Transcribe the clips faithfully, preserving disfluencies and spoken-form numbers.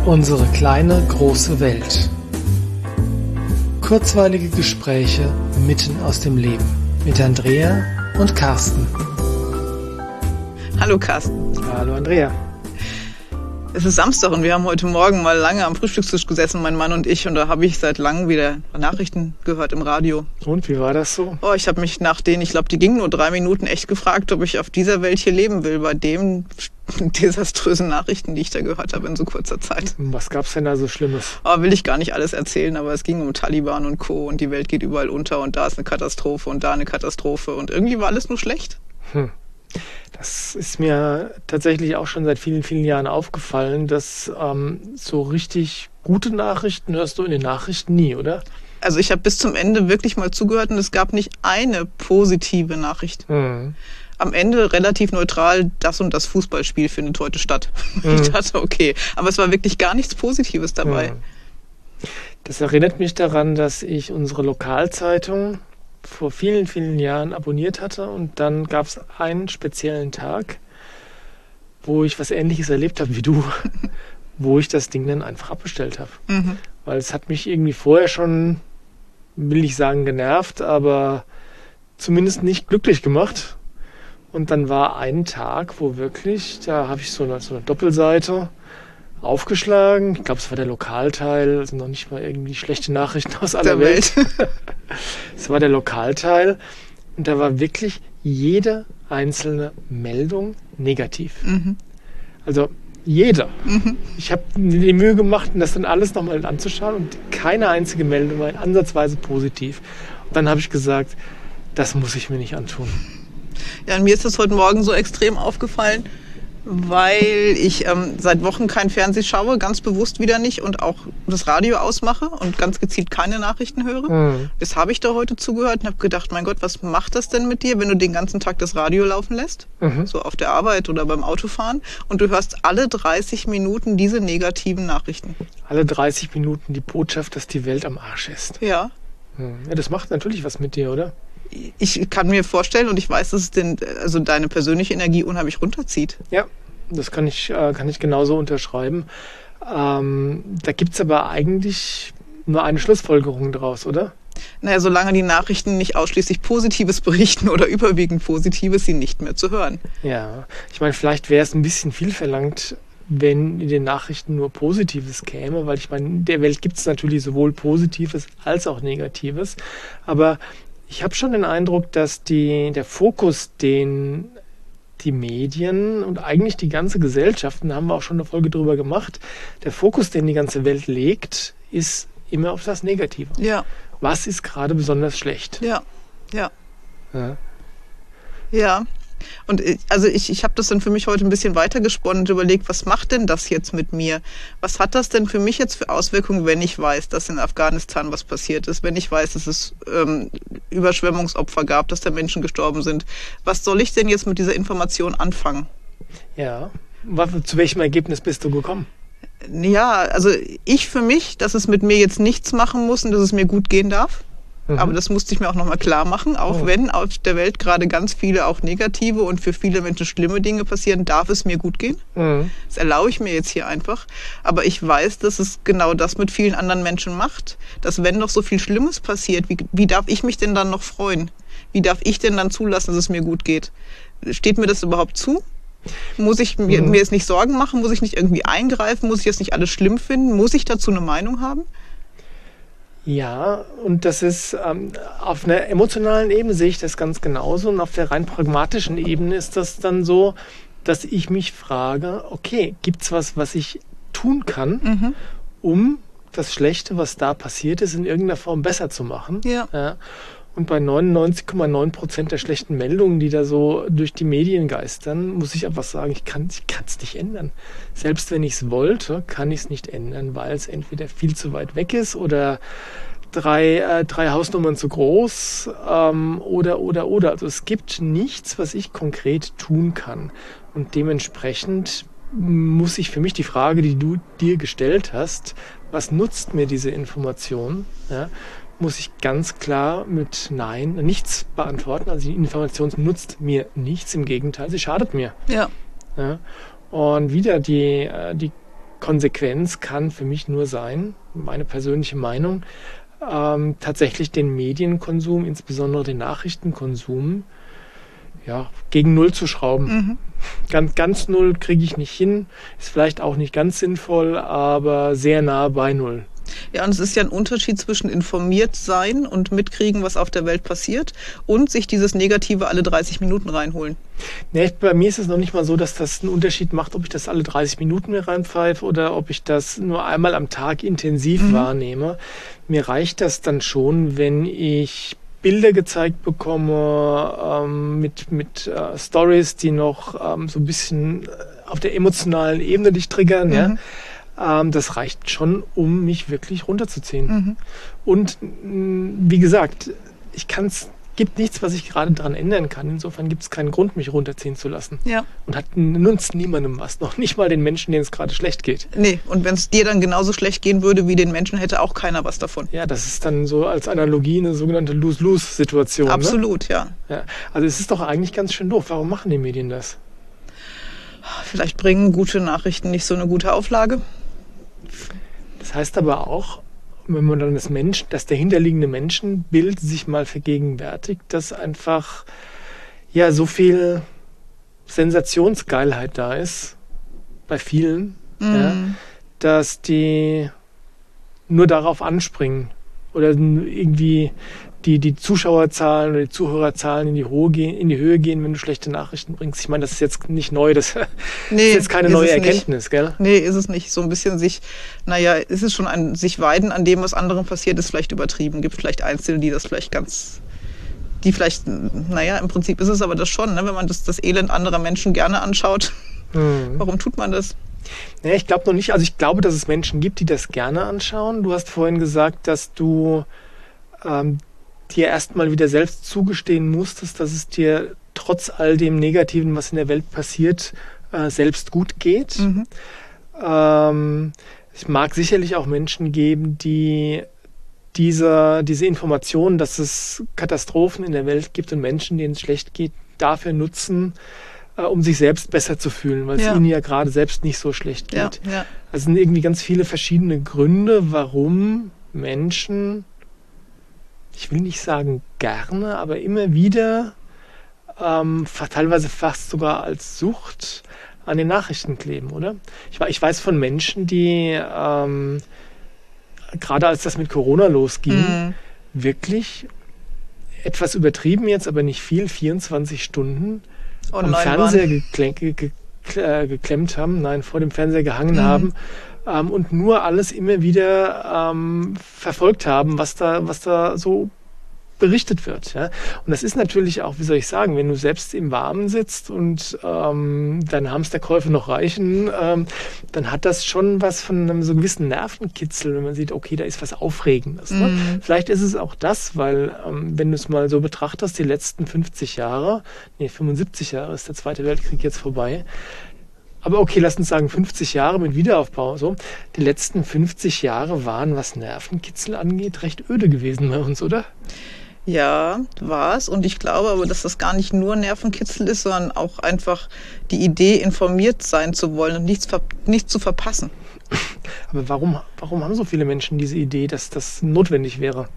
Unsere kleine, große Welt. Kurzweilige Gespräche mitten aus dem Leben mit Andrea und Carsten. Hallo Carsten. Hallo Andrea. Es ist Samstag und wir haben heute Morgen mal lange am Frühstückstisch gesessen, mein Mann und ich, und da habe ich seit langem wieder Nachrichten gehört im Radio. Und, wie war das so? Oh, ich habe mich nach denen, ich glaube, die gingen nur drei Minuten, echt gefragt, ob ich auf dieser Welt hier leben will, bei dem desaströsen Nachrichten, die ich da gehört habe in so kurzer Zeit. Was gab's denn da so Schlimmes? Oh, will ich gar nicht alles erzählen, aber es ging um Taliban und Co. und die Welt geht überall unter und da ist eine Katastrophe und da eine Katastrophe und irgendwie war alles nur schlecht. Hm. Das ist mir tatsächlich auch schon seit vielen, vielen Jahren aufgefallen, dass ähm, so richtig gute Nachrichten hörst du in den Nachrichten nie, oder? Also ich habe bis zum Ende wirklich mal zugehört und es gab nicht eine positive Nachricht. Mhm. Am Ende relativ neutral, das und das Fußballspiel findet heute statt. Mhm. Ich dachte, okay, aber es war wirklich gar nichts Positives dabei. Mhm. Das erinnert mich daran, dass ich unsere Lokalzeitung vor vielen, vielen Jahren abonniert hatte und dann gab es einen speziellen Tag, wo ich was Ähnliches erlebt habe wie du, wo ich das Ding dann einfach abbestellt habe. Mhm. Weil es hat mich irgendwie vorher schon, will ich sagen, genervt, aber zumindest nicht glücklich gemacht. Und dann war ein Tag, wo wirklich, da habe ich so eine, so eine Doppelseite aufgeschlagen. Ich glaube, es war der Lokalteil, also noch nicht mal irgendwie schlechte Nachrichten aus aller der Welt. Welt. Es war der Lokalteil und da war wirklich jede einzelne Meldung negativ. Mhm. Also jeder. Mhm. Ich habe mir die Mühe gemacht, das dann alles nochmal anzuschauen und keine einzige Meldung war ansatzweise positiv. Und dann habe ich gesagt, das muss ich mir nicht antun. Ja, und mir ist das heute Morgen so extrem aufgefallen, weil ich ähm, seit Wochen kein Fernsehen schaue, ganz bewusst wieder nicht und auch das Radio ausmache und ganz gezielt keine Nachrichten höre. Mhm. Das habe ich da heute zugehört und habe gedacht, mein Gott, was macht das denn mit dir, wenn du den ganzen Tag das Radio laufen lässt? Mhm. So auf der Arbeit oder beim Autofahren und du hörst alle dreißig Minuten diese negativen Nachrichten. Alle dreißig Minuten die Botschaft, dass die Welt am Arsch ist. Ja. Ja, das macht natürlich was mit dir, oder? Ich kann mir vorstellen und ich weiß, dass es den, also deine persönliche Energie unheimlich runterzieht. Ja, das kann ich, äh, kann ich genauso unterschreiben. Ähm, da gibt es aber eigentlich nur eine Schlussfolgerung draus, oder? Naja, solange die Nachrichten nicht ausschließlich Positives berichten oder überwiegend Positives, sie nicht mehr zu hören. Ja, ich meine, vielleicht wäre es ein bisschen viel verlangt, wenn in den Nachrichten nur Positives käme, weil ich meine, in der Welt gibt es natürlich sowohl Positives als auch Negatives, aber ich habe schon den Eindruck, dass die, der Fokus, den die Medien und eigentlich die ganze Gesellschaft, da haben wir auch schon eine Folge drüber gemacht, der Fokus, den die ganze Welt legt, ist immer auf das Negative. Ja. Was ist gerade besonders schlecht? Ja, ja. Ja. Ja. Und also ich, ich habe das dann für mich heute ein bisschen weitergesponnen und überlegt, was macht denn das jetzt mit mir? Was hat das denn für mich jetzt für Auswirkungen, wenn ich weiß, dass in Afghanistan was passiert ist, wenn ich weiß, dass es ähm, Überschwemmungsopfer gab, dass da Menschen gestorben sind? Was soll ich denn jetzt mit dieser Information anfangen? Ja, zu welchem Ergebnis bist du gekommen? Ja, also ich für mich, dass es mit mir jetzt nichts machen muss und dass es mir gut gehen darf. Mhm. Aber das musste ich mir auch nochmal klar machen. Auch oh. wenn auf der Welt gerade ganz viele auch negative und für viele Menschen schlimme Dinge passieren, darf es mir gut gehen. Mhm. Das erlaube ich mir jetzt hier einfach. Aber ich weiß, dass es genau das mit vielen anderen Menschen macht. Dass wenn noch so viel Schlimmes passiert, wie, wie darf ich mich denn dann noch freuen? Wie darf ich denn dann zulassen, dass es mir gut geht? Steht mir das überhaupt zu? Muss ich mir, mhm. mir jetzt nicht Sorgen machen? Muss ich nicht irgendwie eingreifen? Muss ich jetzt nicht alles schlimm finden? Muss ich dazu eine Meinung haben? Ja, und das ist ähm, auf einer emotionalen Ebene sehe ich das ganz genauso und auf der rein pragmatischen Ebene ist das dann so, dass ich mich frage, okay, gibt's was, was ich tun kann, mhm. um das Schlechte, was da passiert ist, in irgendeiner Form besser zu machen? Ja. Ja. Und bei neunundneunzig Komma neun Prozent der schlechten Meldungen, die da so durch die Medien geistern, muss ich einfach sagen, ich kann es nicht ändern. Selbst wenn ich es wollte, kann ich es nicht ändern, weil es entweder viel zu weit weg ist oder drei, äh, drei Hausnummern zu groß ähm, oder, oder, oder. Also es gibt nichts, was ich konkret tun kann. Und dementsprechend muss ich für mich die Frage, die du dir gestellt hast, was nutzt mir diese Information, ja, muss ich ganz klar mit Nein nichts beantworten. Also die Information nutzt mir nichts, im Gegenteil, sie schadet mir. Ja. Ja. Und wieder die, die Konsequenz kann für mich nur sein, meine persönliche Meinung, ähm, tatsächlich den Medienkonsum, insbesondere den Nachrichtenkonsum, ja, gegen Null zu schrauben. Mhm. Ganz, ganz Null kriege ich nicht hin, ist vielleicht auch nicht ganz sinnvoll, aber sehr nah bei Null. Ja, und es ist ja ein Unterschied zwischen informiert sein und mitkriegen, was auf der Welt passiert, und sich dieses Negative alle dreißig Minuten reinholen. Nee, bei mir ist es noch nicht mal so, dass das einen Unterschied macht, ob ich das alle dreißig Minuten mir reinpfeife oder ob ich das nur einmal am Tag intensiv mhm. wahrnehme. Mir reicht das dann schon, wenn ich Bilder gezeigt bekomme ähm, mit, mit äh, Stories, die noch ähm, so ein bisschen auf der emotionalen Ebene dich triggern, mhm. ja. Ähm, das reicht schon, um mich wirklich runterzuziehen. Mhm. Und mh, wie gesagt, ich kann's, gibt nichts, was ich gerade daran ändern kann. Insofern gibt es keinen Grund, mich runterziehen zu lassen. Ja. Und hat nutzt niemandem was, noch nicht mal den Menschen, denen es gerade schlecht geht. Nee, und wenn es dir dann genauso schlecht gehen würde wie den Menschen, hätte auch keiner was davon. Ja, das ist dann so als Analogie eine sogenannte Lose-Lose-Situation. Absolut, ne? ja. ja. Also es ist doch eigentlich ganz schön doof. Warum machen die Medien das? Vielleicht bringen gute Nachrichten nicht so eine gute Auflage. Das heißt aber auch, wenn man dann das Mensch, das dahinterliegende Menschenbild sich mal vergegenwärtigt, dass einfach ja so viel Sensationsgeilheit da ist bei vielen, mm. ja, dass die nur darauf anspringen oder irgendwie die, die Zuschauerzahlen oder die Zuhörerzahlen in die, Höhe gehen, in die Höhe gehen, wenn du schlechte Nachrichten bringst. Ich meine, das ist jetzt nicht neu, das nee, ist jetzt keine ist neue Erkenntnis, nicht. Gell? Nee, ist es nicht. So ein bisschen sich, naja, ist es schon ein sich weiden an dem, was anderen passiert, ist vielleicht übertrieben. Gibt vielleicht Einzelne, die das vielleicht ganz, die vielleicht, naja, im Prinzip ist es aber das schon, ne? Wenn man das, das Elend anderer Menschen gerne anschaut. Hm. Warum tut man das? Ja, ich glaube noch nicht, also ich glaube, dass es Menschen gibt, die das gerne anschauen. Du hast vorhin gesagt, dass du ähm, dir erstmal wieder selbst zugestehen musstest, dass es dir trotz all dem Negativen, was in der Welt passiert, äh, selbst gut geht. Mhm. Ähm, es mag sicherlich auch Menschen geben, die diese, diese Information, dass es Katastrophen in der Welt gibt und Menschen, denen es schlecht geht, dafür nutzen, äh, um sich selbst besser zu fühlen, weil ja. es ihnen ja gerade selbst nicht so schlecht geht. Ja, ja. Also es sind irgendwie ganz viele verschiedene Gründe, warum Menschen, ich will nicht sagen gerne, aber immer wieder, ähm, teilweise fast sogar als Sucht an den Nachrichten kleben, oder? Ich, ich weiß von Menschen, die ähm, gerade als das mit Corona losging, mhm. wirklich etwas übertrieben jetzt, aber nicht viel, vierundzwanzig Stunden Online am Fernseher gekle- ge- ge- geklemmt haben, nein, vor dem Fernseher gehangen mhm. haben ähm, und nur alles immer wieder ähm, verfolgt haben, was da, was da so berichtet wird. Ja? Und das ist natürlich auch, wie soll ich sagen, wenn du selbst im Warmen sitzt und ähm, deine Hamsterkäufe noch reichen, ähm, dann hat das schon was von einem so gewissen Nervenkitzel, wenn man sieht, okay, da ist was Aufregendes. Ne? Mhm. Vielleicht ist es auch das, weil ähm, wenn du es mal so betrachtest, die letzten fünfzig Jahre, nee, fünfundsiebzig Jahre ist der Zweite Weltkrieg jetzt vorbei, aber okay, lass uns sagen fünfzig Jahre mit Wiederaufbau. So. Die letzten fünfzig Jahre waren, was Nervenkitzel angeht, recht öde gewesen bei uns, oder? Ja, war es. Und ich glaube aber, dass das gar nicht nur Nervenkitzel ist, sondern auch einfach die Idee, informiert sein zu wollen und nichts, ver- nichts zu verpassen. Aber warum, warum haben so viele Menschen diese Idee, dass das notwendig wäre?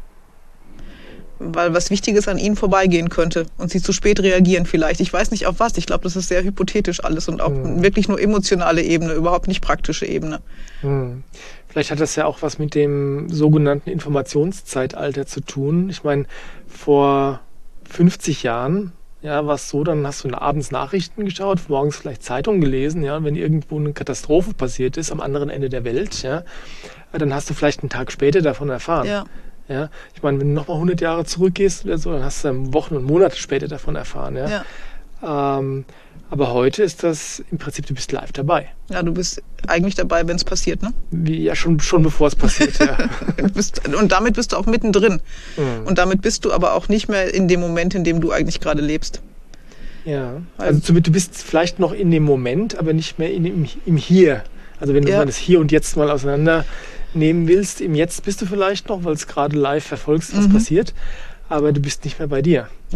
Weil was Wichtiges an ihnen vorbeigehen könnte und sie zu spät reagieren vielleicht. Ich weiß nicht auf was. Ich glaube, das ist sehr hypothetisch alles und auch hm. wirklich nur emotionale Ebene, überhaupt nicht praktische Ebene. Hm. Vielleicht hat das ja auch was mit dem sogenannten Informationszeitalter zu tun. Ich meine, vor fünfzig Jahren, ja, war es so, dann hast du abends Nachrichten geschaut, morgens vielleicht Zeitung gelesen, ja, und wenn irgendwo eine Katastrophe passiert ist am anderen Ende der Welt, ja, dann hast du vielleicht einen Tag später davon erfahren. Ja. Ja, ich meine, wenn du nochmal hundert Jahre zurückgehst oder so, dann hast du Wochen und Monate später davon erfahren. Ja? Ja. Ähm, aber heute ist das im Prinzip, du bist live dabei. Ja, du bist eigentlich dabei, wenn es passiert, ne? Wie, ja, schon, schon bevor es passiert, ja. bist, und damit bist du auch mittendrin. Mhm. Und damit bist du aber auch nicht mehr in dem Moment, in dem du eigentlich gerade lebst. Ja, also du bist vielleicht noch in dem Moment, aber nicht mehr in, im, im Hier. Also wenn du ja. mal das Hier und Jetzt mal auseinander nehmen willst, im Jetzt bist du vielleicht noch, weil es gerade live verfolgst, was mhm. passiert, aber du bist nicht mehr bei dir. Ja.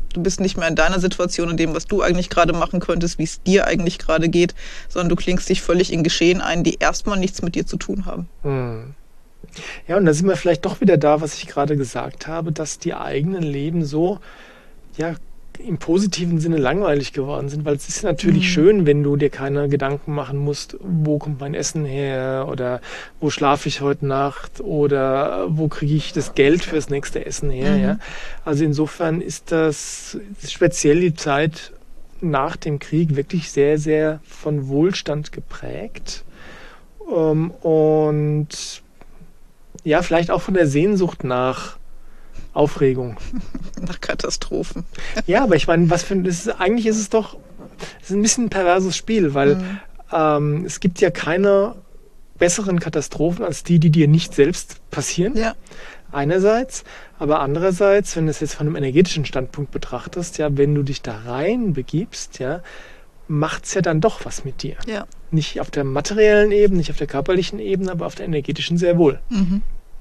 Du bist nicht mehr in deiner Situation, in dem, was du eigentlich gerade machen könntest, wie es dir eigentlich gerade geht, sondern du klingst dich völlig in Geschehen ein, die erstmal nichts mit dir zu tun haben. Hm. Ja, und da sind wir vielleicht doch wieder da, was ich gerade gesagt habe, dass die eigenen Leben so, ja, im positiven Sinne langweilig geworden sind, weil es ist natürlich mhm. schön, wenn du dir keine Gedanken machen musst, wo kommt mein Essen her oder wo schlafe ich heute Nacht oder wo kriege ich das Geld fürs nächste Essen her. Mhm. Ja? Also insofern ist das speziell die Zeit nach dem Krieg wirklich sehr, sehr von Wohlstand geprägt ähm, und ja, vielleicht auch von der Sehnsucht nach Aufregung. Nach Katastrophen. Ja, aber ich meine, was für das ist, eigentlich ist es doch das ist ein bisschen ein perverses Spiel, weil mhm. ähm, es gibt ja keine besseren Katastrophen als die, die dir nicht selbst passieren. Ja. Einerseits, aber andererseits, wenn du es jetzt von einem energetischen Standpunkt betrachtest, ja, wenn du dich da rein begibst, ja, macht es ja dann doch was mit dir. Ja. Nicht auf der materiellen Ebene, nicht auf der körperlichen Ebene, aber auf der energetischen sehr wohl. Mhm.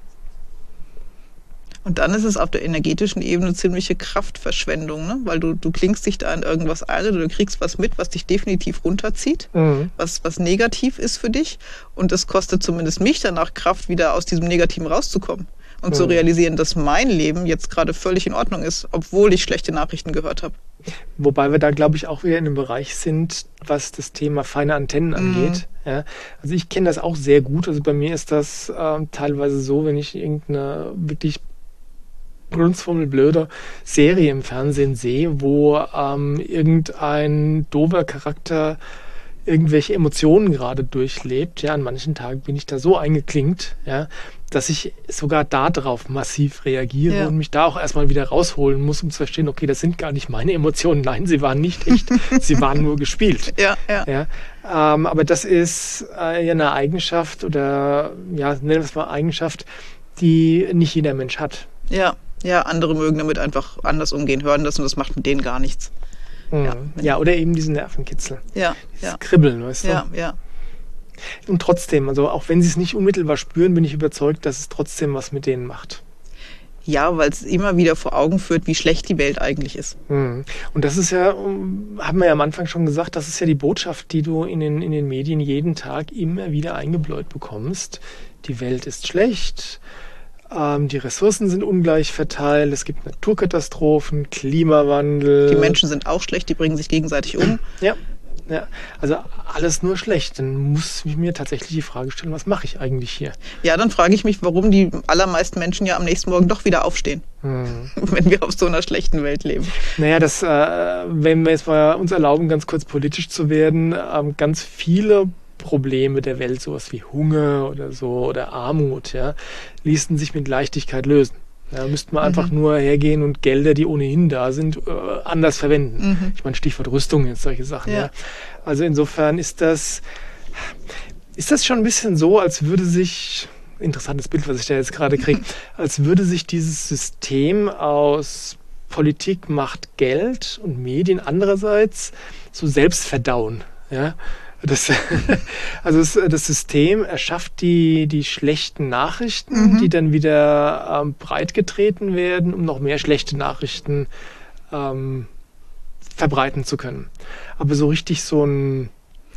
Und dann ist es auf der energetischen Ebene ziemliche Kraftverschwendung, ne? Weil du, du klingst dich da in irgendwas ein oder du kriegst was mit, was dich definitiv runterzieht, mhm. was, was negativ ist für dich. Und das kostet zumindest mich danach Kraft, wieder aus diesem Negativen rauszukommen und mhm. zu realisieren, dass mein Leben jetzt gerade völlig in Ordnung ist, obwohl ich schlechte Nachrichten gehört habe. Wobei wir da, glaube ich, auch wieder in einem Bereich sind, was das Thema feine Antennen angeht. Mhm. Ja, also ich kenne das auch sehr gut. Also bei mir ist das äh, teilweise so, wenn ich irgendeine wirklich blöde Serie im Fernsehen sehe, wo ähm, irgendein doofer Charakter irgendwelche Emotionen gerade durchlebt. Ja, an manchen Tagen bin ich da so eingeklinkt, ja, dass ich sogar darauf massiv reagiere ja. und mich da auch erstmal wieder rausholen muss, um zu verstehen, okay, das sind gar nicht meine Emotionen. Nein, sie waren nicht echt. Sie waren nur gespielt. Ja, ja. ja ähm, aber das ist äh, ja eine Eigenschaft oder, ja, nennen wir es mal Eigenschaft, die nicht jeder Mensch hat. Ja. Ja, andere mögen damit einfach anders umgehen, hören das und das macht mit denen gar nichts. Mhm. Ja, ja, oder eben diesen Nervenkitzel. Ja, Dieses ja. Kribbeln, weißt du? Ja, ja. Und trotzdem, also auch wenn sie es nicht unmittelbar spüren, bin ich überzeugt, dass es trotzdem was mit denen macht. Ja, weil es immer wieder vor Augen führt, wie schlecht die Welt eigentlich ist. Mhm. Und das ist ja, haben wir ja am Anfang schon gesagt, das ist ja die Botschaft, die du in den, in den Medien jeden Tag immer wieder eingebläut bekommst. Die Welt ist schlecht. Die Ressourcen sind ungleich verteilt, es gibt Naturkatastrophen, Klimawandel. Die Menschen sind auch schlecht, die bringen sich gegenseitig um. Ja, ja, also alles nur schlecht. Dann muss ich mir tatsächlich die Frage stellen, was mache ich eigentlich hier? Ja, dann frage ich mich, warum die allermeisten Menschen ja am nächsten Morgen doch wieder aufstehen, hm. wenn wir auf so einer schlechten Welt leben. Naja, das, äh, wenn wir jetzt mal uns erlauben, ganz kurz politisch zu werden, äh, ganz viele Probleme der Welt, sowas wie Hunger oder so oder Armut, ja, ließen sich mit Leichtigkeit lösen. Da müsste man mhm. einfach nur hergehen und Gelder, die ohnehin da sind, äh, anders verwenden. Mhm. Ich meine, Stichwort Rüstung jetzt, solche Sachen. Ja. Ja. Also insofern ist das, ist das schon ein bisschen so, als würde sich, interessantes Bild, was ich da jetzt gerade kriege, als würde sich dieses System aus Politik, Macht, Geld und Medien andererseits so selbst verdauen. Ja. Das, also das, das System erschafft die, die schlechten Nachrichten, mhm. die dann wieder ähm, breitgetreten werden, um noch mehr schlechte Nachrichten ähm, verbreiten zu können. Aber so richtig so ein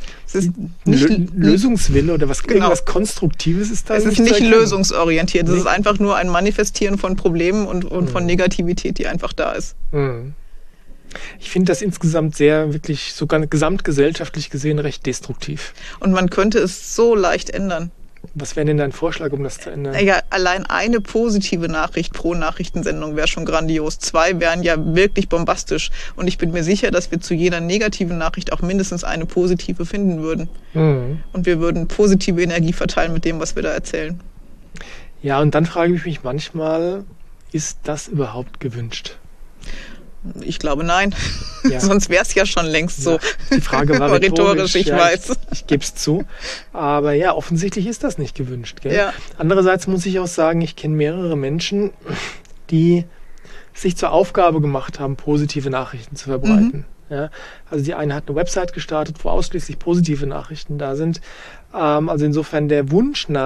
Lö- Lösungswille oder was, genau. irgendwas Konstruktives ist da nicht. Es ist nicht lösungsorientiert. Es nee. ist einfach nur ein Manifestieren von Problemen und, und mhm. von Negativität, die einfach da ist. Mhm. Ich finde das insgesamt sehr, wirklich sogar gesamtgesellschaftlich gesehen recht destruktiv. Und man könnte es so leicht ändern. Was wäre denn dein Vorschlag, um das zu ändern? Ja, allein eine positive Nachricht pro Nachrichtensendung wäre schon grandios. Zwei wären ja wirklich bombastisch. Und ich bin mir sicher, dass wir zu jeder negativen Nachricht auch mindestens eine positive finden würden. Mhm. Und wir würden positive Energie verteilen mit dem, was wir da erzählen. Ja, und dann frage ich mich manchmal, ist das überhaupt gewünscht? Ich glaube, nein. Ja. Sonst wäre es ja schon längst ja. so. Die Frage war rhetorisch, rhetorisch ich ja, weiß. Ich, ich gebe es zu. Aber ja, offensichtlich ist das nicht gewünscht. Gell? Ja. Andererseits muss ich auch sagen, ich kenne mehrere Menschen, die sich zur Aufgabe gemacht haben, positive Nachrichten zu verbreiten. Mhm. Ja? Also die eine hat eine Website gestartet, wo ausschließlich positive Nachrichten da sind. Ähm, also insofern der Wunsch nach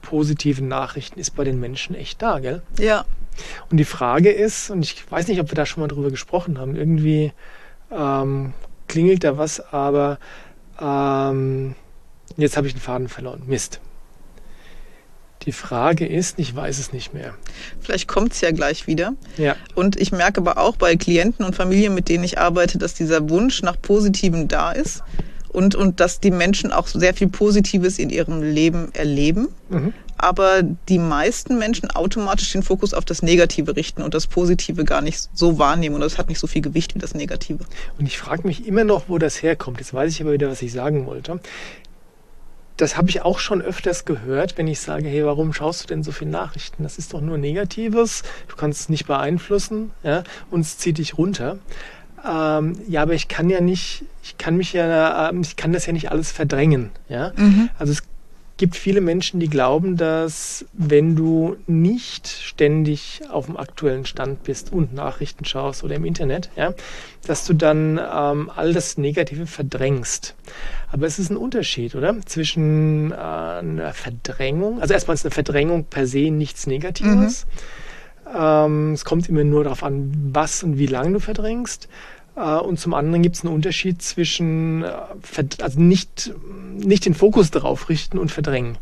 positiven Nachrichten ist bei den Menschen echt da, gell? Ja. Und die Frage ist, und ich weiß nicht, ob wir da schon mal drüber gesprochen haben, irgendwie ähm, klingelt da was, aber ähm, jetzt habe ich den Faden verloren. Mist. Die Frage ist, ich weiß es nicht mehr. Vielleicht kommt es ja gleich wieder. Ja. Und ich merke aber auch bei Klienten und Familien, mit denen ich arbeite, dass dieser Wunsch nach Positivem da ist und, und dass die Menschen auch sehr viel Positives in ihrem Leben erleben. Mhm. Aber die meisten Menschen automatisch den Fokus auf das Negative richten und das Positive gar nicht so wahrnehmen. Und das hat nicht so viel Gewicht wie das Negative. Und ich frage mich immer noch, wo das herkommt. Jetzt weiß ich aber wieder, was ich sagen wollte. Das habe ich auch schon öfters gehört, wenn ich sage, hey, warum schaust du denn so viele Nachrichten? Das ist doch nur Negatives, du kannst es nicht beeinflussen, ja, und es zieht dich runter. Ähm, ja, aber ich kann ja nicht, ich kann mich ja, ich kann das ja nicht alles verdrängen, ja. Mhm. Also es gibt viele Menschen, die glauben, dass wenn du nicht ständig auf dem aktuellen Stand bist und Nachrichten schaust oder im Internet, ja, dass du dann ähm, all das Negative verdrängst. Aber es ist ein Unterschied, oder? Zwischen äh, einer Verdrängung, also erstmal ist eine Verdrängung per se nichts Negatives. Mhm. Ähm, es kommt immer nur darauf an, was und wie lange du verdrängst. Und zum anderen gibt es einen Unterschied zwischen, also nicht, nicht den Fokus darauf richten und verdrängen.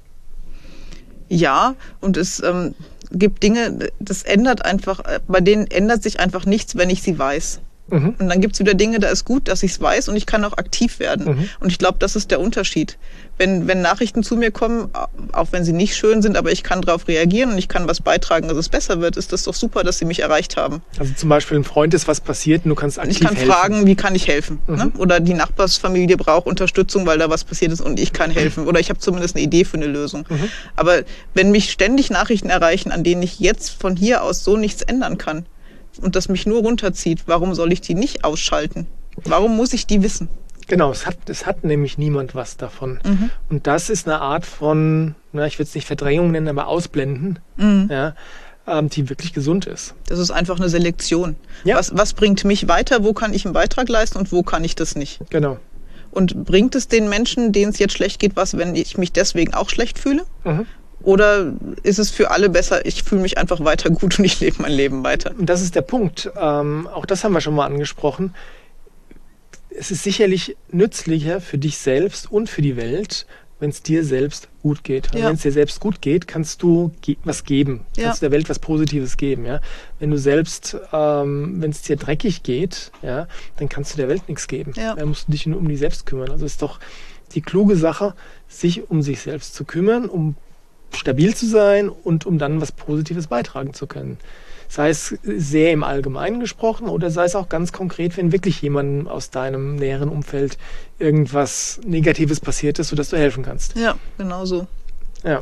Ja, und es ähm, gibt Dinge, das ändert einfach, bei denen ändert sich einfach nichts, wenn ich sie weiß. Mhm. Und dann gibt es wieder Dinge, da ist gut, dass ich es weiß und ich kann auch aktiv werden. Mhm. Und ich glaube, das ist der Unterschied. Wenn, wenn Nachrichten zu mir kommen, auch wenn sie nicht schön sind, aber ich kann darauf reagieren und ich kann was beitragen, dass es besser wird, ist das doch super, dass sie mich erreicht haben. Also zum Beispiel ein Freund ist was passiert und du kannst aktiv helfen. Ich kann fragen, wie kann ich helfen? Mhm. Ne? Oder die Nachbarsfamilie braucht Unterstützung, weil da was passiert ist und ich kann helfen. Oder ich habe zumindest eine Idee für eine Lösung. Mhm. Aber wenn mich ständig Nachrichten erreichen, an denen ich jetzt von hier aus so nichts ändern kann, und das mich nur runterzieht, warum soll ich die nicht ausschalten? Warum muss ich die wissen? Genau, es hat, es hat nämlich niemand was davon. Mhm. Und das ist eine Art von, na, ich würde es nicht Verdrängung nennen, aber Ausblenden, mhm. ja, ähm, die wirklich gesund ist. Das ist einfach eine Selektion. Ja. Was, was bringt mich weiter? Wo kann ich einen Beitrag leisten und wo kann ich das nicht? Genau. Und bringt es den Menschen, denen es jetzt schlecht geht, was, wenn ich mich deswegen auch schlecht fühle? Mhm. Oder ist es für alle besser, ich fühle mich einfach weiter gut und ich lebe mein Leben weiter? Und das ist der Punkt. Ähm, auch das haben wir schon mal angesprochen. Es ist sicherlich nützlicher für dich selbst und für die Welt, wenn es dir selbst gut geht. Ja. Wenn es dir selbst gut geht, kannst du ge- was geben. Ja. Kannst du der Welt was Positives geben. Ja? Wenn du selbst, ähm, wenn es dir dreckig geht, ja, dann kannst du der Welt nichts geben. Ja. Dann musst du dich nur um dich selbst kümmern. Also ist doch die kluge Sache, sich um sich selbst zu kümmern, um stabil zu sein und um dann was Positives beitragen zu können. Sei es sehr im Allgemeinen gesprochen oder sei es auch ganz konkret, wenn wirklich jemandem aus deinem näheren Umfeld irgendwas Negatives passiert ist, sodass du helfen kannst. Ja, genau so. Ja.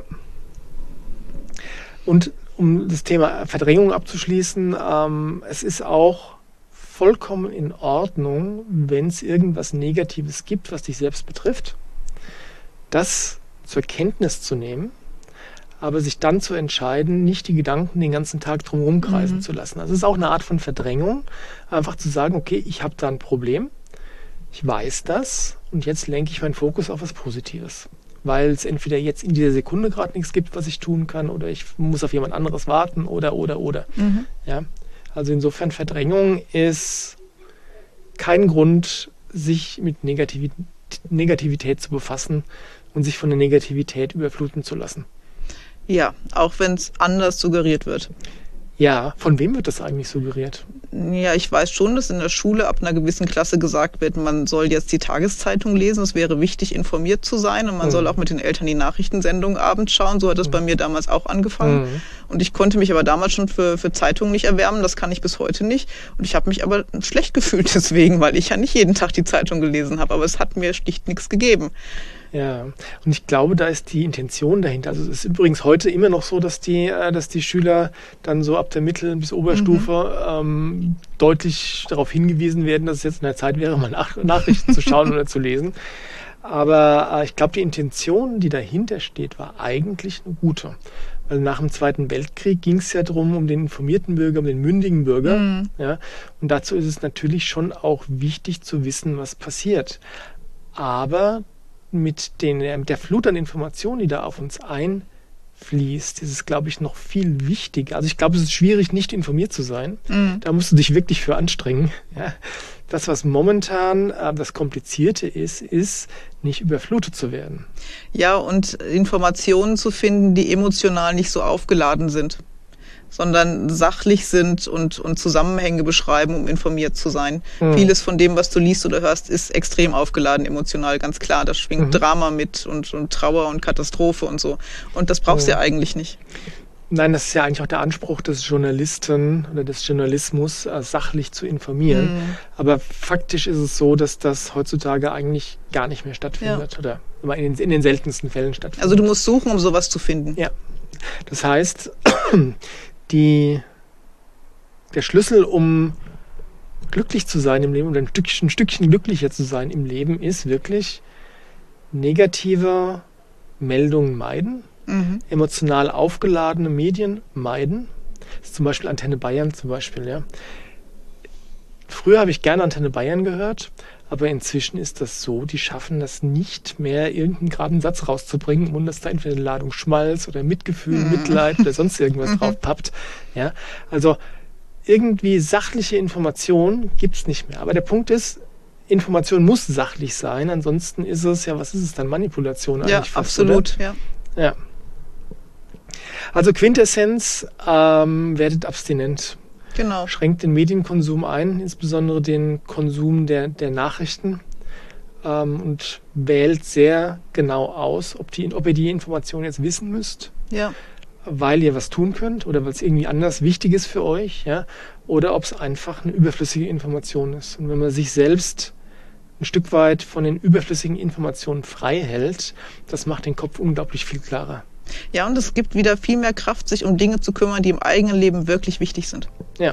Und um das Thema Verdrängung abzuschließen, ähm, es ist auch vollkommen in Ordnung, wenn es irgendwas Negatives gibt, was dich selbst betrifft, das zur Kenntnis zu nehmen, aber sich dann zu entscheiden, nicht die Gedanken den ganzen Tag drumherum kreisen mhm. zu lassen. Also es ist auch eine Art von Verdrängung, einfach zu sagen, okay, ich habe da ein Problem, ich weiß das und jetzt lenke ich meinen Fokus auf was Positives. Weil es entweder jetzt in dieser Sekunde gerade nichts gibt, was ich tun kann, oder ich muss auf jemand anderes warten, oder, oder, oder. Mhm. Ja? Also insofern, Verdrängung ist kein Grund, sich mit Negativität, Negativität zu befassen und sich von der Negativität überfluten zu lassen. Ja, auch wenn es anders suggeriert wird. Ja, von wem wird das eigentlich suggeriert? Ja, ich weiß schon, dass in der Schule ab einer gewissen Klasse gesagt wird, man soll jetzt die Tageszeitung lesen, es wäre wichtig, informiert zu sein und man mhm. soll auch mit den Eltern die Nachrichtensendung abends schauen. So hat das mhm. bei mir damals auch angefangen. Mhm. Und ich konnte mich aber damals schon für, für Zeitungen nicht erwärmen, das kann ich bis heute nicht. Und ich habe mich aber schlecht gefühlt deswegen, weil ich ja nicht jeden Tag die Zeitung gelesen habe, aber es hat mir schlicht nichts gegeben. Ja, und ich glaube, da ist die Intention dahinter. Also es ist übrigens heute immer noch so, dass die, dass die Schüler dann so ab der Mittel- bis Oberstufe mhm. ähm, deutlich darauf hingewiesen werden, dass es jetzt in der Zeit wäre, mal nach, Nachrichten zu schauen oder zu lesen. Aber äh, ich glaube, die Intention, die dahinter steht, war eigentlich eine gute. Weil nach dem Zweiten Weltkrieg ging es ja darum, um den informierten Bürger, um den mündigen Bürger. Mhm. Ja, und dazu ist es natürlich schon auch wichtig zu wissen, was passiert. Aber mit, den, mit der Flut an Informationen, die da auf uns fließt, ist es, glaube ich, noch viel wichtiger. Also ich glaube, es ist schwierig, nicht informiert zu sein. Mhm. Da musst du dich wirklich für anstrengen. Ja. Das, was momentan äh, das Komplizierte ist, ist, nicht überflutet zu werden. Ja, und Informationen zu finden, die emotional nicht so aufgeladen sind, sondern sachlich sind und, und Zusammenhänge beschreiben, um informiert zu sein. Mhm. Vieles von dem, was du liest oder hörst, ist extrem aufgeladen emotional, ganz klar. Da schwingt mhm. Drama mit und, und Trauer und Katastrophe und so. Und das brauchst du mhm. ja eigentlich nicht. Nein, das ist ja eigentlich auch der Anspruch des Journalisten oder des Journalismus, äh, sachlich zu informieren. Mhm. Aber faktisch ist es so, dass das heutzutage eigentlich gar nicht mehr stattfindet ja. oder in den, in den seltensten Fällen stattfindet. Also du musst suchen, um sowas zu finden. Ja, das heißt, die, der Schlüssel, um glücklich zu sein im Leben oder ein Stückchen, ein Stückchen glücklicher zu sein im Leben, ist wirklich negative Meldungen meiden. Mhm. Emotional aufgeladene Medien meiden. Das ist zum Beispiel Antenne Bayern zum Beispiel. Ja. Früher habe ich gerne Antenne Bayern gehört, aber inzwischen ist das so, die schaffen das nicht mehr, irgendeinen geraden Satz rauszubringen, ohne dass da entweder eine Ladung Schmalz oder Mitgefühl, mhm. Mitleid oder sonst irgendwas mhm. drauf pappt. Ja. Also irgendwie sachliche Information gibt es nicht mehr. Aber der Punkt ist, Information muss sachlich sein, ansonsten ist es, ja, was ist es dann, Manipulation eigentlich ja, fast, absolut, oder? ja. Ja. Also Quintessenz, ähm, werdet abstinent. Genau. Schränkt den Medienkonsum ein, insbesondere den Konsum der, der Nachrichten ähm, und wählt sehr genau aus, ob, die, ob ihr die Information jetzt wissen müsst, ja. weil ihr was tun könnt oder weil es irgendwie anders wichtig ist für euch, ja, oder ob es einfach eine überflüssige Information ist. Und wenn man sich selbst ein Stück weit von den überflüssigen Informationen frei hält, das macht den Kopf unglaublich viel klarer. Ja, und es gibt wieder viel mehr Kraft, sich um Dinge zu kümmern, die im eigenen Leben wirklich wichtig sind. Ja.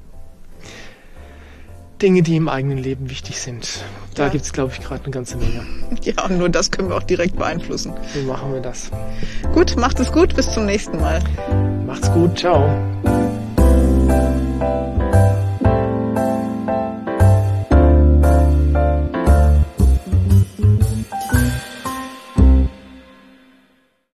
Dinge, die im eigenen Leben wichtig sind. Da ja. gibt es, glaube ich, gerade eine ganze Menge. Ja, und nur das können wir auch direkt beeinflussen. So machen wir das. Gut, macht es gut, bis zum nächsten Mal. Macht's gut, ciao.